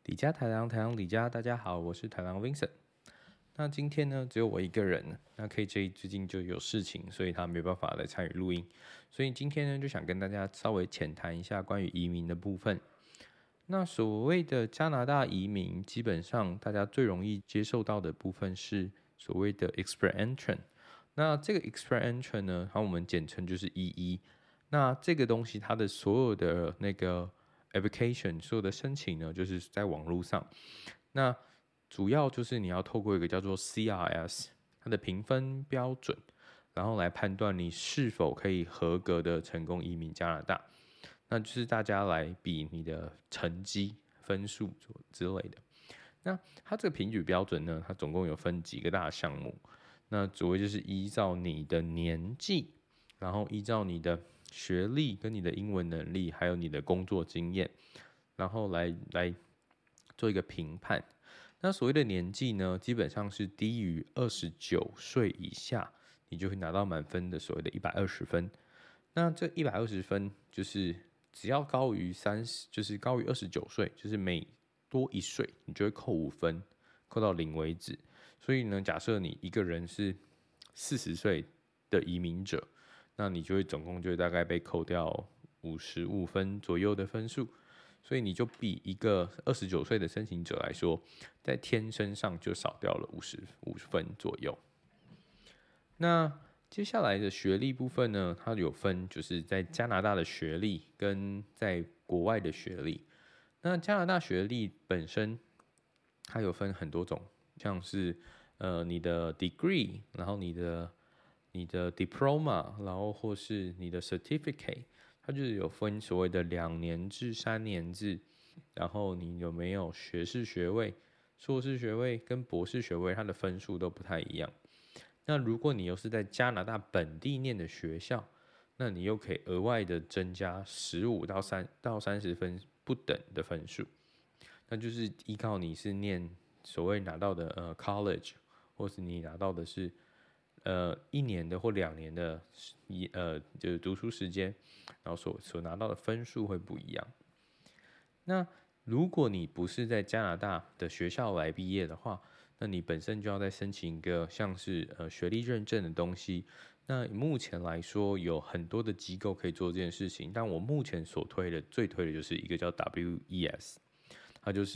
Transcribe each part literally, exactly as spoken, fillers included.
李家台郎，台郎李家，大家好，我是台郎 Vincent。那今天呢，只有我一个人。那 K J 最近就有事情，所以他没办法来参与录音。所以今天呢，就想跟大家稍微浅谈一下关于移民的部分。那所谓的加拿大移民，基本上大家最容易接受到的部分是所谓的 Express Entry。那这个 Express Entry 呢，好，我们简称就是一一。那这个东西它的所有的那个 application 所有的申请呢，就是在网络上。那主要就是你要透过一个叫做 C R S 它的评分标准，然后来判断你是否可以合格的成功移民加拿大。那就是大家来比你的成绩分数之类的。那它这个评举标准呢，它总共有分几个大项目。那主要就是依照你的年纪，然后依照你的学历跟你的英文能力，还有你的工作经验，然后来来做一个评判。那所谓的年纪呢，基本上是低于二十九岁以下，你就会拿到满分的所谓的一百二十分。那这一百二十分就是只要高于三十，就是高于二十九岁，就是每多一岁，你就会扣五分，扣到零为止。所以呢，假设你一个人是四十岁的移民者，那你就会总共就会大概被扣掉五十五分左右的分数。所以你就比一个二十九岁的申请者来说，在天生上就少掉了五十五分左右。那接下来的学历部分呢，它有分就是在加拿大的学历跟在国外的学历。那加拿大学历本身它有分很多种，像是呃你的 degree， 然后你的你的 diploma， 然后或是你的 certificate， 它就是有分所谓的两年制、三年制，然后你有没有学士学位、硕士学位跟博士学位，它的分数都不太一样。那如果你又是在加拿大本地念的学校，那你又可以额外的增加十五到三到三十分不等的分数。那就是依靠你是念所谓拿到的呃 college， 或是你拿到的是呃一年的或两年的一呃就是读书时间，然后所所拿到的分数会不一样。那如果你不是在加拿大的学校来毕业的话，那你本身就要再申请一个像是呃学历认证的东西。那目前来说有很多的机构可以做这件事情，但我目前所推的最推的就是一个叫 W E S， 它就是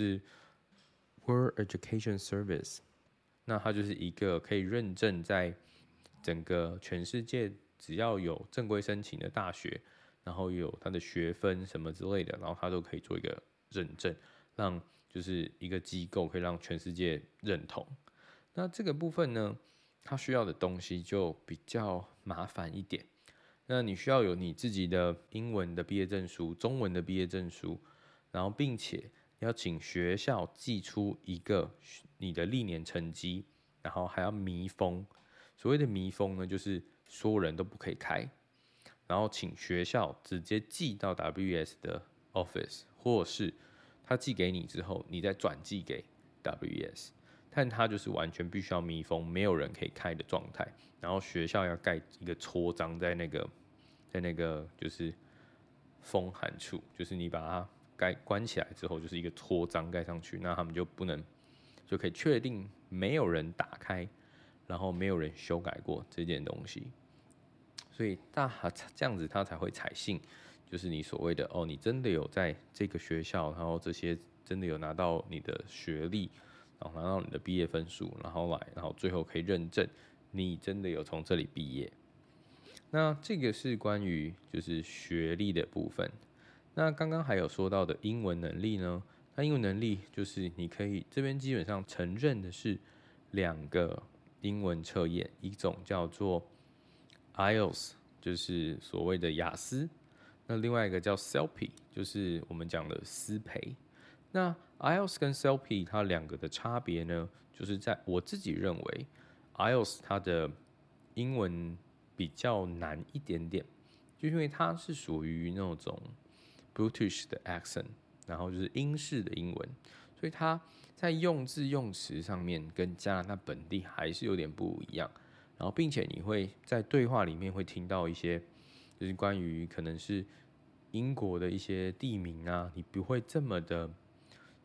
World Education Service。那它就是一个可以认证在整个全世界只要有正规申请的大学，然后有它的学分什么之类的，然后它都可以做一个认证，让就是一个机构可以让全世界认同。那这个部分呢，它需要的东西就比较麻烦一点。那你需要有你自己的英文的毕业证书、中文的毕业证书，然后并且要请学校寄出一个你的历年成绩，然后还要密封。所谓的密封呢，就是所有人都不可以开，然后请学校直接寄到 W E S 的 office， 或是他寄给你之后，你再转寄给 W E S， 但它就是完全必须要密封，没有人可以开的状态。然后学校要盖一个戳章在那个在那个就是封函处，就是你把它盖关起来之后，就是一个戳章盖上去，那他们就不能就可以确定没有人打开，然后没有人修改过这件东西。所以大这样子他才会采信，就是你所谓的哦，你真的有在这个学校，然后这些真的有拿到你的学历，然后拿到你的毕业分数，然后来，然后最后可以认证你真的有从这里毕业。那这个是关于就是学历的部分。那刚刚还有说到的英文能力呢？那英文能力就是你可以这边基本上承认的是两个英文测验，一种叫做 I E L T S， 就是所谓的雅思，那另外一个叫 C E L P， 就是我们讲的思培。那 I E L T S 跟 C E L P 它两个的差别呢，就是在我自己认为 I E L T S 它的英文比较难一点点，就因为它是属于那种 British 的 accent， 然后就是英式的英文，所以它在用字用词上面跟加拿大本地还是有点不一样。然后并且你会在对话里面会听到一些就是关于可能是英国的一些地名啊，你不会这么的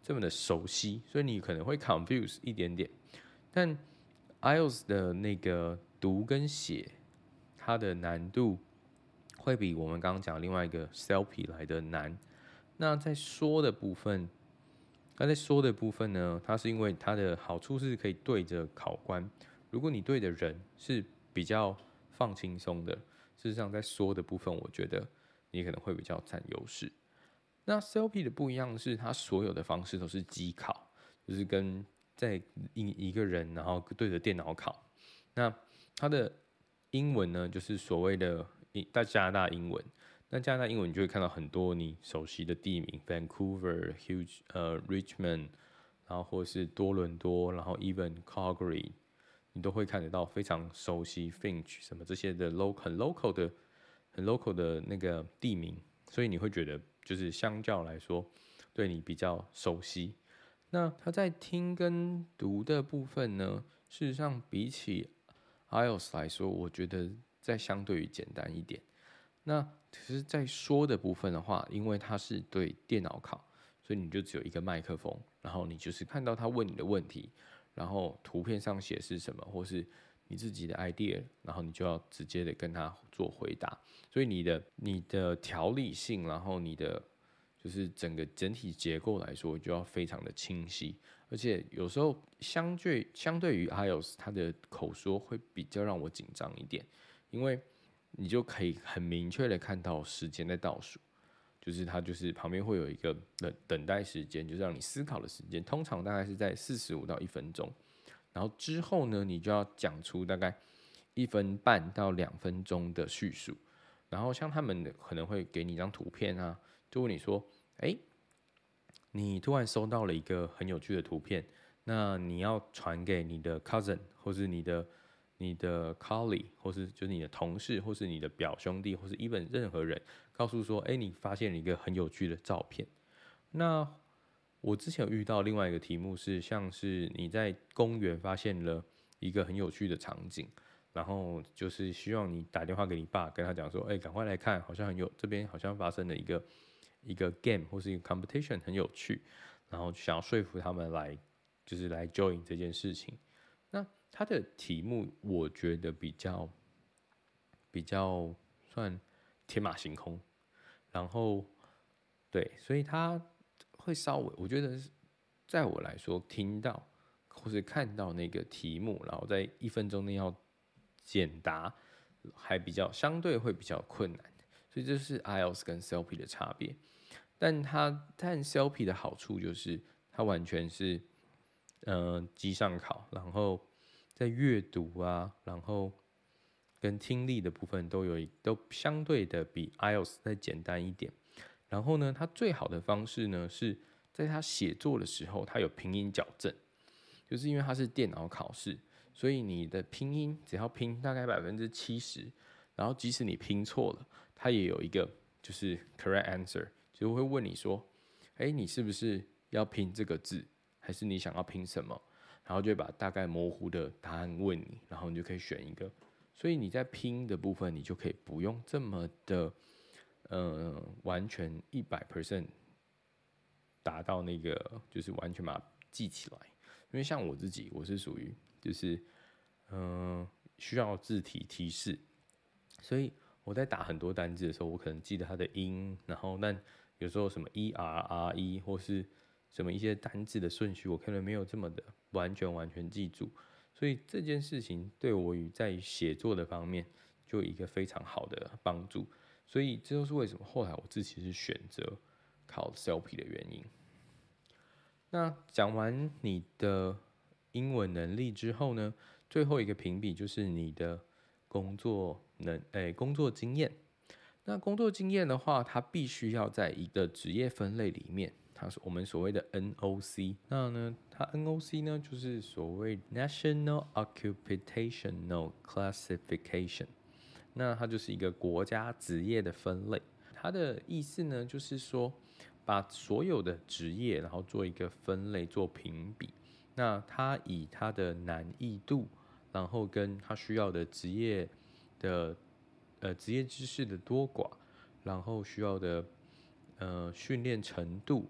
这么的熟悉，所以你可能会 confuse 一点点。但 I E L T S 的那个读跟写，它的难度会比我们刚刚讲另外一个 S E L P 来的难。那在说的部分，那在说的部分呢，它是因为它的好处是可以对着考官，如果你对的人是比较放轻松的，事实上在说的部分，我觉得你可能会比较占优势。那 S E L P 的不一样是，它所有的方式都是机考，就是跟在一一个人，然后对着电脑考。那它的英文呢，就是所谓的在加拿大英文。那加拿大英文你就会看到很多你熟悉的地名 ，Vancouver、Huge、呃 Richmond， 然后或者是多伦多，然后 even Calgary， 你都会看得到非常熟悉 Finch 什么这些的 local 很 local 的很 local 的那个地名，所以你会觉得就是相较来说对你比较熟悉。那他在听跟读的部分呢，事实上比起 I E L T S 来说，我觉得在相对于简单一点。那其实，在说的部分的话，因为它是对电脑考，所以你就只有一个麦克风，然后你就是看到他问你的问题，然后图片上写是什么，或是你自己的 idea， 然后你就要直接的跟他做回答。所以你的你的条理性，然后你的就是整个整体结构来说，就要非常的清晰。而且有时候相对相对于 I E L T S， 它的口说会比较让我紧张一点，因为你就可以很明确的看到时间在倒数，就是它就是旁边会有一个等等待时间，就是让你思考的时间，通常大概是在四十五到一分钟。然后之后呢，你就要讲出大概一分半到两分钟的叙述。然后像他们可能会给你一张图片啊，就问你说，哎，你突然收到了一个很有趣的图片，那你要传给你的 cousin 或是你的你的 colleague， 或是就是你的同事，或是你的表兄弟，或是 even 任何人，告诉说，哎，你发现了一个很有趣的照片。那我之前有遇到另外一个题目是，像是你在公园发现了一个很有趣的场景，然后就是希望你打电话给你爸，跟他讲说，哎，赶快来看，好像很有这边好像发生了一个一个 game 或是一个 competition 很有趣，然后想要说服他们来就是来 join 这件事情。那它的题目我觉得比较比较算天马行空，然后对，所以它会稍微，我觉得在我来说，听到或是看到那个题目，然后在一分钟内要简答，还比较相对会比较困难，所以这是 I E L T S 跟 S E L P 的差别。但它但 S E L P 的好处就是它完全是呃机上考，然后在阅读啊，然后跟听力的部分都有都相对的比 I E L T S 再简单一点。然后呢，它最好的方式呢是在它写作的时候，它有拼音矫正，就是因为它是电脑考试，所以你的拼音只要拼大概百分之七十，然后即使你拼错了，它也有一个就是 correct answer， 就会问你说，哎，你是不是要拼这个字，还是你想要拼什么？然后就会把大概模糊的答案问你，然后你就可以选一个。所以你在拼的部分，你就可以不用这么的，呃，完全一百 percent 达到那个，就是完全把它记起来。因为像我自己，我是属于就是，嗯、呃，需要字体提示，所以我在打很多单字的时候，我可能记得它的音，然后但有时候什么 e r r e 或是什么一些单字的顺序，我可能没有这么的完全完全记住，所以这件事情对我与在写作的方面就有一个非常好的帮助，所以这就是为什么后来我自己是选择考 S E L P 的原因。那讲完你的英文能力之后呢，最后一个评比就是你的工作能，诶、欸，工作经验。那工作经验的话，它必须要在一个职业分类里面，它是我们所谓的 N O C。那呢，它 N O C 呢就是所谓 National Occupational Classification。那它就是一个国家职业的分类。它的意思呢，就是说把所有的职业，然后做一个分类，做评比。那它以它的难易度，然后跟它需要的职业的呃职业知识的多寡，然后需要的呃训练程度，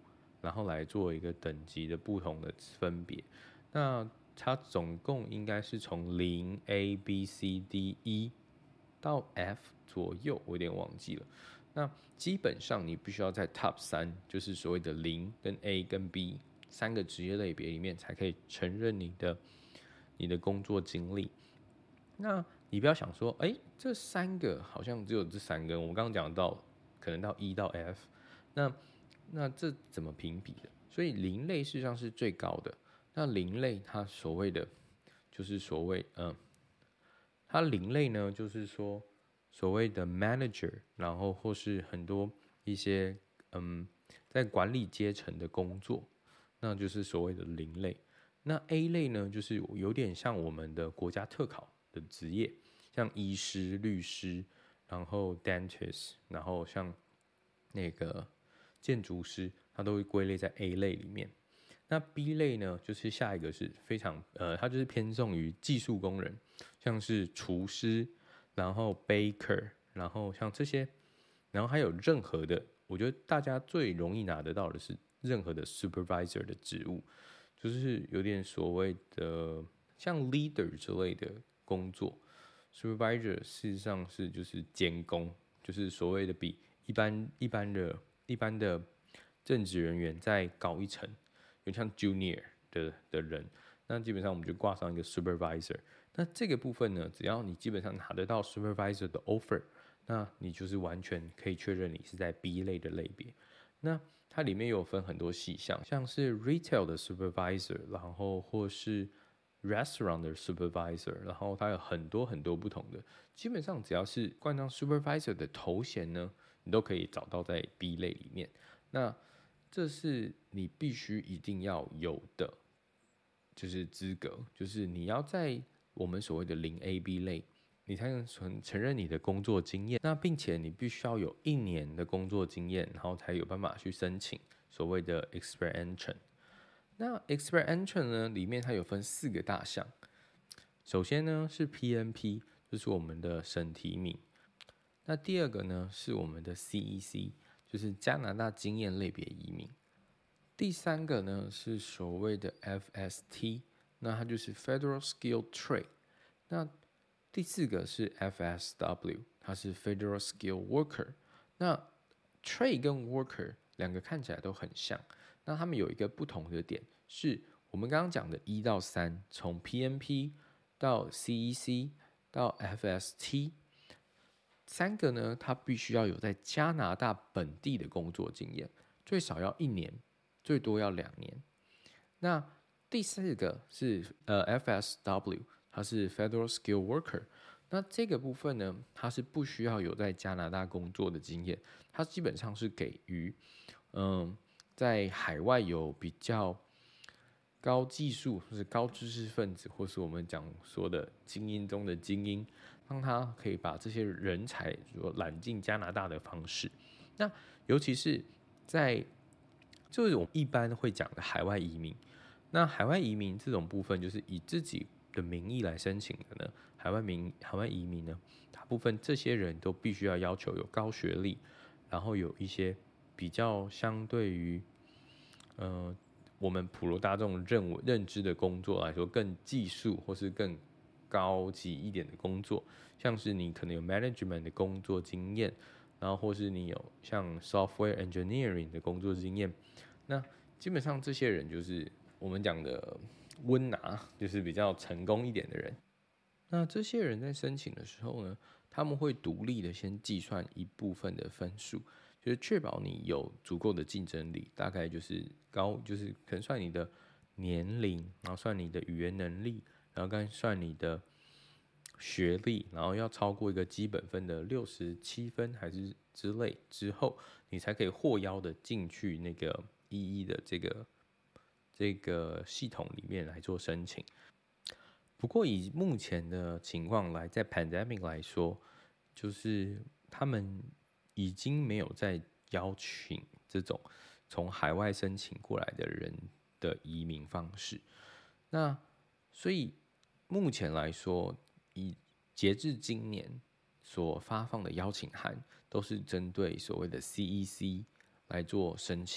然后来做一个等级的不同的分别。那它总共应该是从零 A B C D E 到 F 左右，我有点忘记了。那基本上你必须要在 Top 三，就是所谓的零跟 A 跟 B 三个职业类别里面，才可以承认你的你的工作经历。那你不要想说，哎、欸，这三个好像只有这三个，我刚刚讲到可能到 E 到 F， 那那这怎么评比的？所以零类事实上是最高的。那零类它所谓的就是所谓嗯、呃，它零类呢就是说所谓的 manager， 然后或是很多一些嗯在管理阶层的工作，那就是所谓的零类。那 A 类呢，就是有点像我们的国家特考的职业，像医师、律师，然后 dentist， 然后像那个建筑师，它都会归类在 A 类里面。那 B 类呢，就是下一个是非常呃，它就是偏重于技术工人，像是厨师，然后 baker， 然后像这些，然后还有任何的，我觉得大家最容易拿得到的是任何的 supervisor 的职务，就是有点所谓的像 leader 之类的工作。supervisor 事实上是就是监工，就是所谓的比一般一般的一般的正职人员再高一层。有像 junior 的的人，那基本上我们就挂上一个 supervisor。那这个部分呢，只要你基本上拿得到 supervisor 的 offer， 那你就是完全可以确认你是在 B 类的类别。那它里面有分很多细项，像是 retail 的 supervisor， 然后或是 restaurant 的 supervisor， 然后它有很多很多不同的。基本上只要是冠上 supervisor 的头衔呢，你都可以找到在 B 类里面。那这是你必须一定要有的，就是资格，就是你要在我们所谓的零 A B 类，你才能承认你的工作经验。那并且你必须要有一年的工作经验，然后才有办法去申请所谓的 expert entrant。那 expert entrant 呢，里面它有分四个大项。首先呢是 P N P， 就是我们的省提名。那第二个呢是我们的 C E C。就是加拿大经验类别移民。第三个呢是所谓的 F S T， 那它就是 Federal Skilled Trade。那第四个是 F S W， 它是 Federal Skilled Worker。那 Trade 跟 Worker 两个看起来都很像，那他们有一个不同的点，是我们刚刚讲的一到三，从 P N P 到 C E C 到 F S T。三个呢，他必须要有在加拿大本地的工作经验，最少要一年，最多要两年。那第四个是呃 F S W， 它是 Federal Skilled Worker。那这个部分呢，它是不需要有在加拿大工作的经验，它基本上是给予嗯在海外有比较高技术或是高知识分子，或是我们讲说的精英中的精英。让他可以把这些人才揽进加拿大的方式，那尤其是在就是我们一般会讲的海外移民。那海外移民这种部分，就是以自己的名义来申请的呢。海外民海外移民呢，大部分这些人都必须要要求有高学历，然后有一些比较相对于呃我们普罗大众认认知的工作来说更技术或是更高级一点的工作，像是你可能有 management 的工作经验，然后或是你有像 software engineering 的工作经验，那基本上这些人就是我们讲的温拿，就是比较成功一点的人。那这些人在申请的时候呢，他们会独立的先计算一部分的分数，就是确保你有足够的竞争力，大概就是高，就是可能算你的年龄，然后算你的语言能力。然后刚算你的学历，然后要超过一个基本分的六十七分还是之类之后，你才可以获邀的进去那个一一的这个这个系统里面来做申请。不过以目前的情况来，在 pandemic 来说，就是他们已经没有在邀请这种从海外申请过来的人的移民方式。那所以目前来说，以截至今年所发放的邀请函，都是针对所谓的 C E C 来做申请。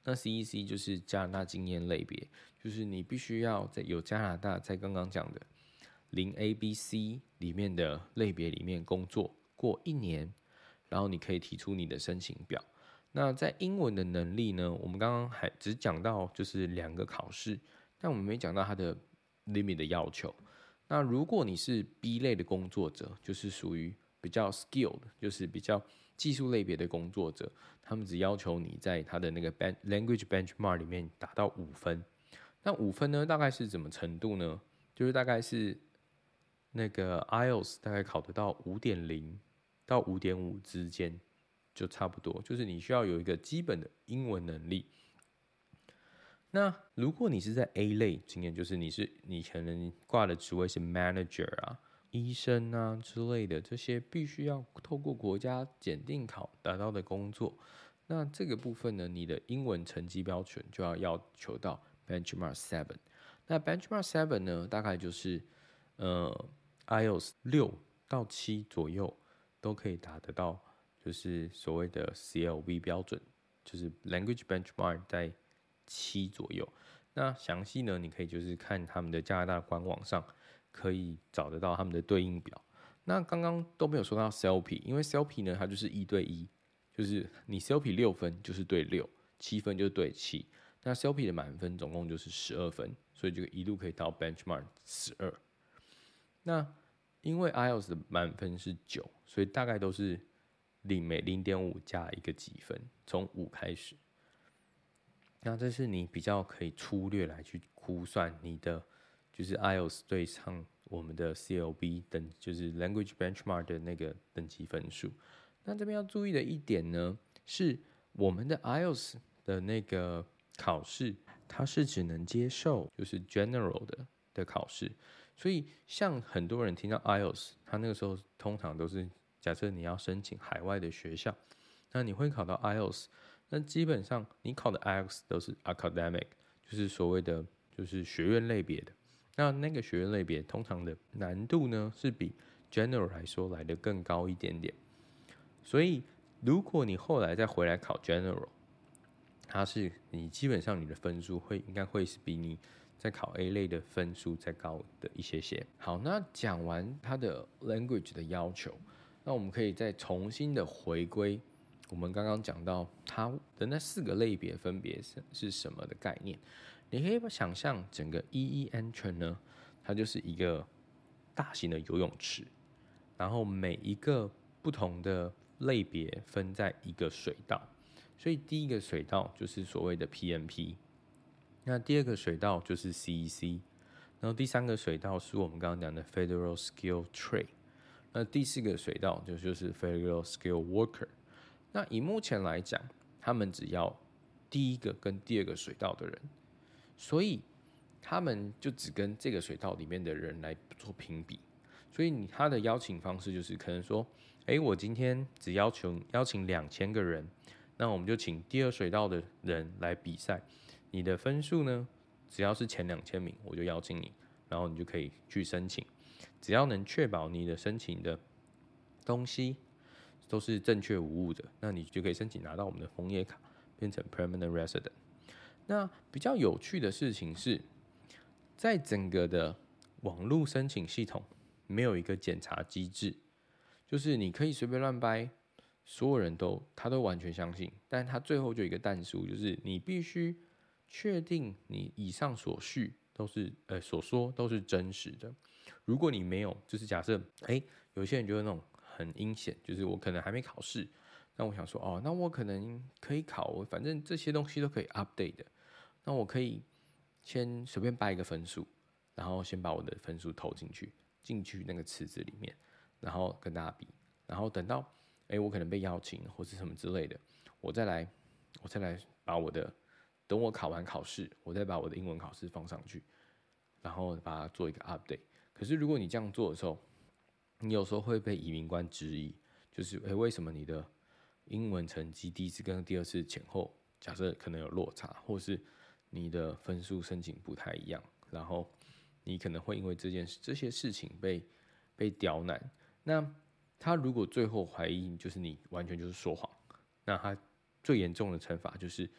那 C E C 就是加拿大经验类别，就是你必须要在有加拿大在刚刚讲的零 A B C 里面的类别里面工作过一年，然后你可以提出你的申请表。那在英文的能力呢，我们刚刚还只讲到就是两个考试，但我们没讲到它的 limit 的要求。那如果你是 B 类的工作者，就是属于比较 skilled， 就是比较技术类别的工作者，他们只要求你在他的那个 language benchmark 里面达到五分。那五分呢，大概是怎么程度呢？就是大概是那个 I E L T S 大概考得到 五点零 到 五点五 之间，就差不多。就是你需要有一个基本的英文能力。那如果你是在 A 类经验，就是你是你可能挂的职位是 manager 啊、医生啊之类的，这些必须要透过国家检定考达到的工作，那这个部分呢，你的英文成绩标准就要要求到 benchmark seven。那 benchmark seven 呢，大概就是呃 I E L T S 六到七左右都可以达得到，就是所谓的 C L B 标准，就是 language benchmark 在七左右。那详细呢，你可以就是看他们的加拿大官网上可以找得到他们的对应表。那刚刚都没有说到 C L P， 因为 C L P 呢，它就是一对一，就是你 C L P 六分就是对六，七分就是对七。那 C L P 的满分总共就是十二分，所以就一路可以到 benchmark 十二。那因为 I E L T S 的满分是九，所以大概都是零每零点五加一个几分，从五开始。那这是你比较可以粗略来去估算你的就是 I E L T S 对上我们的 C L B 等，就是 language benchmark 的那个等级分数。那这边要注意的一点呢，是我们的 I E L T S 的那个考试，它是只能接受就是 general 的的考试，所以像很多人听到 I E L T S， 他那个时候通常都是假设你要申请海外的学校，那你会考到 I E L T S。那基本上你考的 I E L T S 都是 academic， 就是所谓的就是学院类别的。那那个学院类别通常的难度呢是比 general 来说来的更高一点点。所以如果你后来再回来考 general， 它是你基本上你的分数会应该会是比你在考 A 类的分数再高的一些些。好，那讲完它的 language 的要求，那我们可以再重新的回归。我们刚刚讲到它的那四个类别分别是是什么的概念？你可以想象整个 E E Entrance 呢，它就是一个大型的游泳池，然后每一个不同的类别分在一个水道，所以第一个水道就是所谓的 P N P， 那第二个水道就是 C E C， 然后第三个水道是我们刚刚讲的 Federal Skill Trade， 那第四个水道就就是 Federal Skill Worker。那以目前来讲，他们只要第一个跟第二个水道的人，所以他们就只跟这个水道里面的人来做评比。所以你他的邀请方式就是可能说，哎，我今天只要求邀请两千个人，那我们就请第二水道的人来比赛。你的分数呢，只要是前两千名，我就邀请你，然后你就可以去申请。只要能确保你的申请的东西都是正确无误的，那你就可以申请拿到我们的枫叶卡，变成 permanent resident。那比较有趣的事情是，在整个的网络申请系统没有一个检查机制，就是你可以随便乱掰，所有人都他都完全相信，但他最后就有一个但书，就是你必须确定你以上所叙都是呃所说都是真实的。如果你没有，就是假设哎，有些人就会那种。很阴险，就是我可能还没考试，那我想说哦，那我可能可以考，反正这些东西都可以 update 的，那我可以先随便掰一个分数，然后先把我的分数投进去，进去那个池子里面，然后跟大家比，然后等到哎、欸、我可能被邀请或是什么之类的，我再来我再来把我的等我考完考试，我再把我的英文考试放上去，然后把它做一个 update。可是如果你这样做的时候，你有时候会被移民官质疑，就是哎、欸，为什么你的英文成绩第一次跟第二次前后，假设可能有落差，或是你的分数申请不太一样，然后你可能会因为这件事这些事情被被刁难。那他如果最后怀疑就是你完全就是说谎，那他最严重的惩罚就是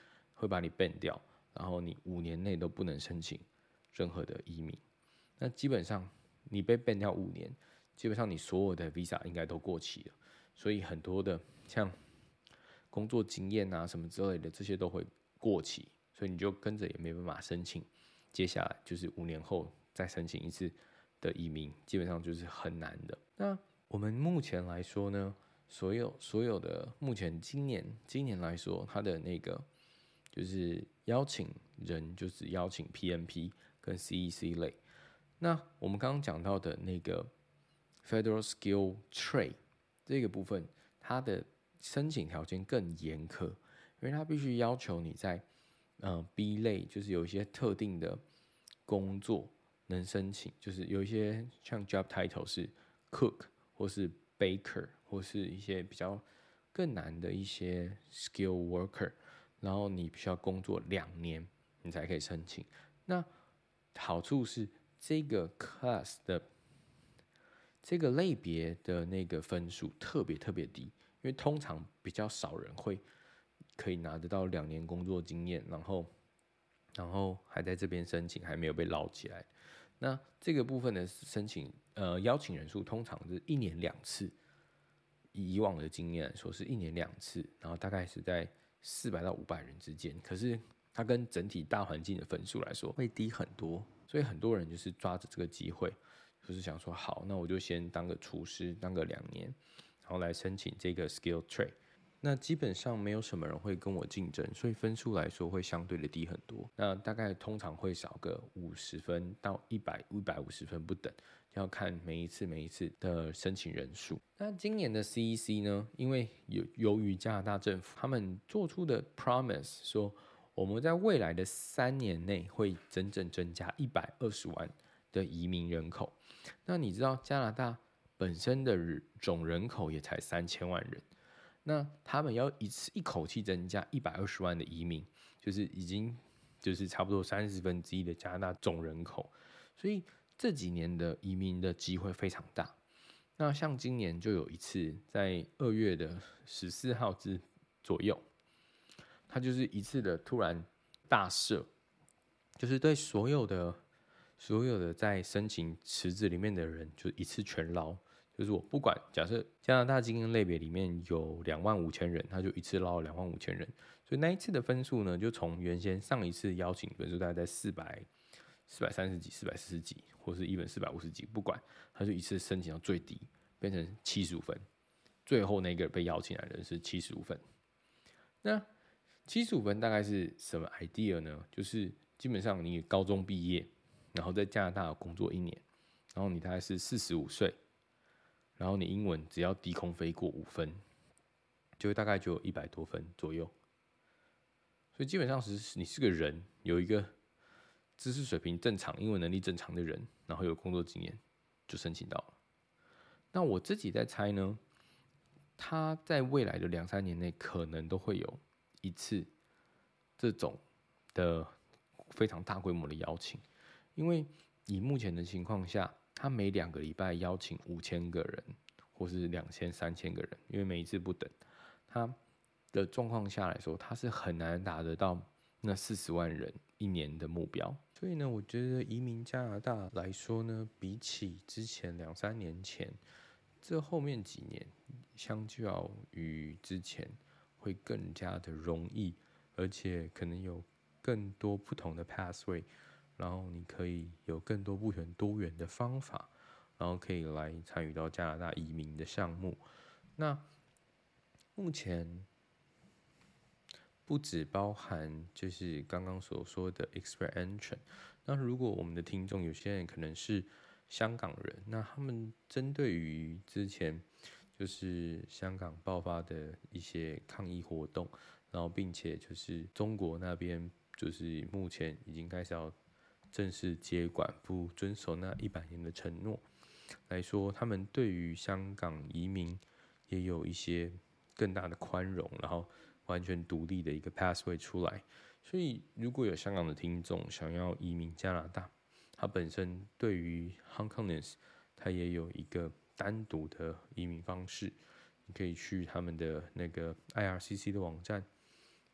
会把你 ban 掉，然后你五年内都不能申请任何的移民。那基本上你被 ban 掉五年，基本上你所有的 visa 应该都过期了，所以很多的像工作经验啊什么之类的，这些都会过期，所以你就跟着也没办法申请。接下来就是五年后再申请一次的移民，基本上就是很难的。那我们目前来说呢，所有所有的目前今年今年来说，它的那个就是邀请人就只邀请 P N P 跟 C E C 类。那我们刚刚讲到的那个 Federal Skill Trade 这个部分，它的申请条件更严苛，因为它必须要求你在呃 B 类，就是有一些特定的工作能申请，就是有一些像 job title 是 cook 或是 baker 或是一些比较更难的一些 skill worker， 然后你必须要工作两年你才可以申请。那好处是这个 class 的这个类别的那个分数特别特别低，因为通常比较少人会可以拿得到两年工作经验，然后然后还在这边申请，还没有被捞起来。那这个部分的申请呃邀请人数通常是一年两次，以以往的经验来说是一年两次，然后大概是在四百到五百人之间，可是它跟整体大环境的分数来说会低很多，所以很多人就是抓着这个机会，就是想说好，那我就先当个厨师，当个两年，然后来申请这个 skill trade。那基本上没有什么人会跟我竞争，所以分数来说会相对的低很多。那大概通常会少个五十分到一百、一百五十分不等，要看每一次每一次的申请人数。那今年的 C E C 呢？因为有由于加拿大政府他们做出的 promise 说，我们在未来的三年内会整整增加一百二十万的移民人口。那你知道加拿大本身的总人口也才三千万人。那他们要一次一口气增加一百二十万的移民，就是已经就是差不多三十分之一的加拿大总人口，所以这几年的移民的机会非常大。那像今年就有一次，在二月的十四号之左右，他就是一次的突然大赦，就是对所有的所有的在申请池子里面的人，就一次全捞。就是我不管，假设加拿大精英类别里面有两万五千人，他就一次捞两万五千人，所以那一次的分数呢，就从原先上一次邀请分数大概在四百、四百三十几、四百四十几，或是even四百五十几，不管，他就一次申请到最低，变成七十五分，最后那个被邀请来的人是七十五分。那七十五分大概是什么 idea 呢？就是基本上你高中毕业，然后在加拿大工作一年，然后你大概是四十五岁。然后你英文只要低空飞过五分，就大概就有一百多分左右。所以基本上是你是个人，有一个知识水平正常、英文能力正常的人，然后有工作经验，就申请到了。那我自己在猜呢，他在未来的两三年内可能都会有一次这种的非常大规模的邀请，因为以目前的情况下，他每两个礼拜邀请五千个人，或是两千、三千个人，因为每一次不等，他的状况下来说，他是很难达得到那四十万人一年的目标。所以呢，我觉得移民加拿大来说呢，比起之前两三年前，这后面几年，相较于之前，会更加的容易，而且可能有更多不同的 pathway。然后你可以有更多不同多元的方法，然后可以来参与到加拿大移民的项目。那目前不只包含就是刚刚所说的 expert entrant， 那如果我们的听众有些人可能是香港人，那他们针对于之前就是香港爆发的一些抗议活动，然后并且就是中国那边就是目前已经开始要正式接管，不遵守那一百年的承诺来说，他们对于香港移民也有一些更大的宽容，然后完全独立的一个 pathway 出来。所以，如果有香港的听众想要移民加拿大，他本身对于 Hong Kongers， 他也有一个单独的移民方式，你可以去他们的那个 I R C C 的网站，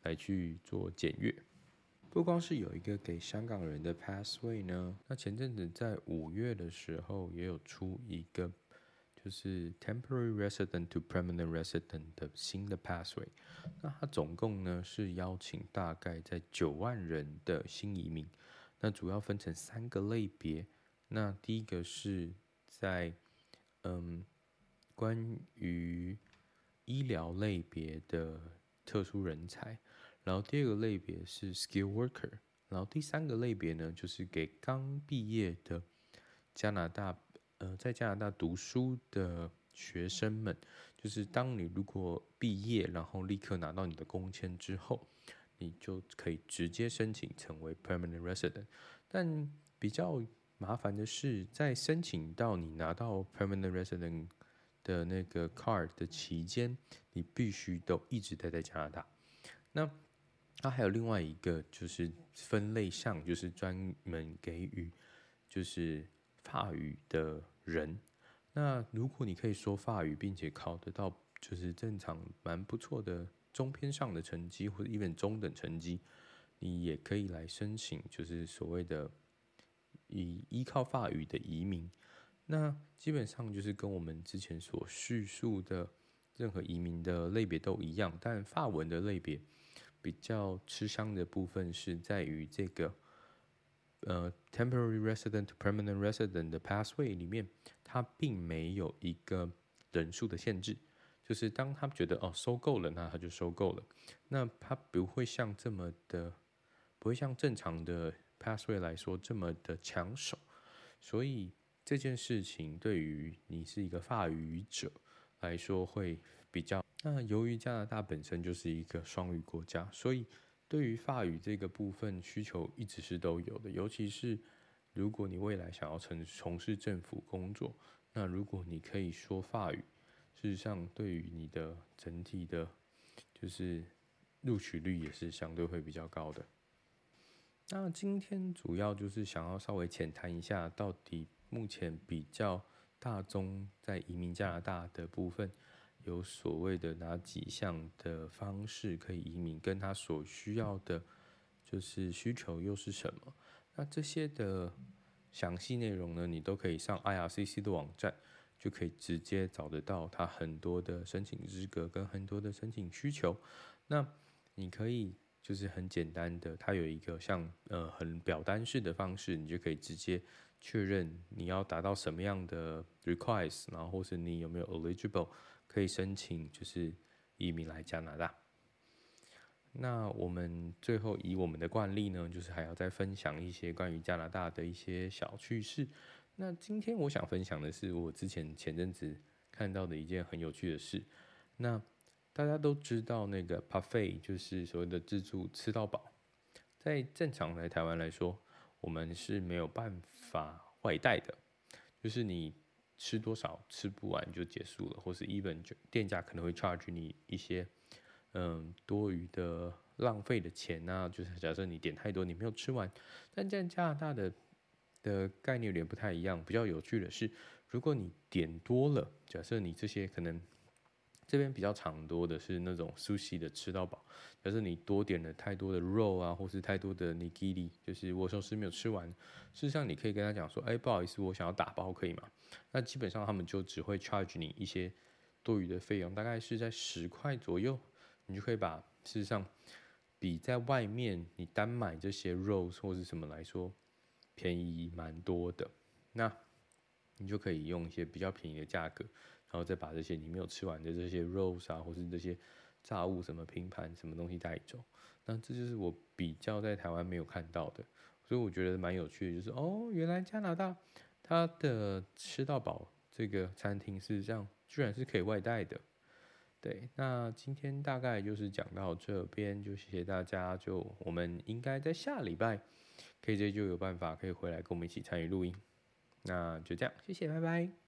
来去做检阅。不光是有一个给香港人的 Passway 呢，那前阵子在五月的时候也有出一个就是 Temporary Resident to Permanent Resident 的新的 Passway。那它总共呢是邀请大概在九万人的新移民，那主要分成三个类别。那第一个是在嗯关于医疗类别的特殊人才。然后第二个类别是 skill worker， 然后第三个类别呢，就是给刚毕业的加拿大呃在加拿大读书的学生们，就是当你如果毕业，然后立刻拿到你的工签之后，你就可以直接申请成为 permanent resident。但比较麻烦的是，在申请到你拿到 permanent resident 的那个 card 的期间，你必须都一直待在加拿大。那它还有另外一个就是分类项，就是专门给予就是法语的人。那如果你可以说法语，并且考得到就是正常蛮不错的中偏上的成绩，或者 even 中等成绩，你也可以来申请，就是所谓的以依靠法语的移民。那基本上就是跟我们之前所叙述的任何移民的类别都一样，但法文的类别比较吃香的部分是在于这个呃 temporary resident to permanent resident 的 pathway 里面，它并没有一个人数的限制，就是当他觉得哦收够了，那他就收够了，那他不会像这么的，不会像正常的 pathway 来说这么的抢手，所以这件事情对于你是一个法语者来说会比较。那由于加拿大本身就是一个双语国家，所以对于法语这个部分需求一直是都有的。尤其是如果你未来想要从从事政府工作，那如果你可以说法语，事实上对于你的整体的，就是录取率也是相对会比较高的。那今天主要就是想要稍微浅谈一下，到底目前比较大宗在移民加拿大的部分，有所谓的哪几项的方式可以移民，跟他所需要的就是需求又是什么？那这些的详细内容呢，你都可以上 I R C C 的网站，就可以直接找得到它很多的申请资格跟很多的申请需求。那你可以就是很简单的，它有一个像呃很表单式的方式，你就可以直接确认你要达到什么样的 request， 然后或是你有没有 eligible 可以申请就是移民来加拿大。那我们最后以我们的惯例呢，就是还要再分享一些关于加拿大的一些小趣事。那今天我想分享的是我之前前阵子看到的一件很有趣的事。那大家都知道那个 buffet 就是所谓的自助吃到饱，在正常来台湾来说，我们是没有办法外带的，就是你吃多少吃不完就结束了，或是 even 店家可能会 charge 你一些嗯多余的浪费的钱啊，就是假设你点太多你没有吃完，但在加拿大的的概念有点不太一样。比较有趣的是，如果你点多了，假设你这些可能这边比较常多的是那种 sushi 的吃到饱，假设你多点了太多的肉啊，或是太多的 nigiri， 就是握寿司没有吃完，事实上你可以跟他讲说，哎，不好意思，我想要打包，可以吗？那基本上他们就只会 charge 你一些多余的费用，大概是在十块左右，你就可以把事实上比在外面你单买这些肉或是什么来说便宜蛮多的。那你就可以用一些比较便宜的价格，然后再把这些你没有吃完的这些肉啊，或是这些炸物什么拼盘什么东西带走。那这就是我比较在台湾没有看到的，所以我觉得蛮有趣的，就是哦，原来加拿大它的吃到饱这个餐厅是这样，居然是可以外带的。对，那今天大概就是讲到这边，就谢谢大家。就我们应该在下礼拜 K J 就有办法可以回来跟我们一起参与录音。那就这样，谢谢，拜拜。